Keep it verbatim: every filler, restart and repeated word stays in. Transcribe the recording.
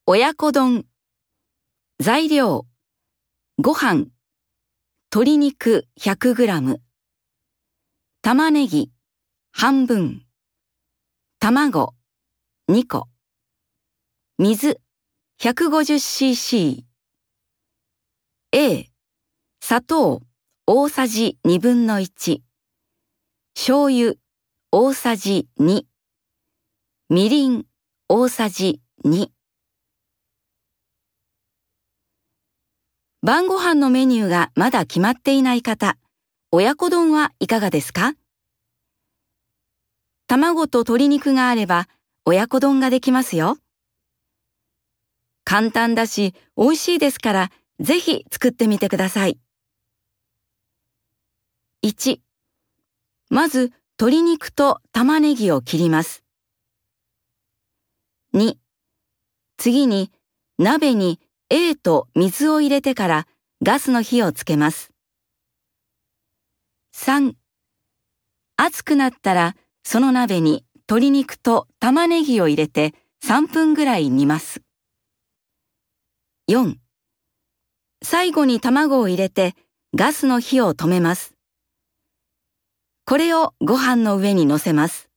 親子丼。材料。ご飯、鶏肉 ひゃくグラム、玉ねぎ半分、卵にこ、水 ひゃくごじゅっシーシー、A、砂糖大さじにぶんのいち、醤油大さじに、みりん大さじに。晩ご飯のメニューがまだ決まっていない方、親子丼はいかがですか？卵と鶏肉があれば親子丼ができますよ。簡単だし美味しいですから、ぜひ作ってみてください。いち、まず鶏肉と玉ねぎを切ります。に、次に鍋にA と水を入れてからガスの火をつけます。さん、熱くなったらその鍋に鶏肉と玉ねぎを入れてさんぷんぐらい煮ます。よん、最後に卵を入れてガスの火を止めます。これをご飯の上に乗せます。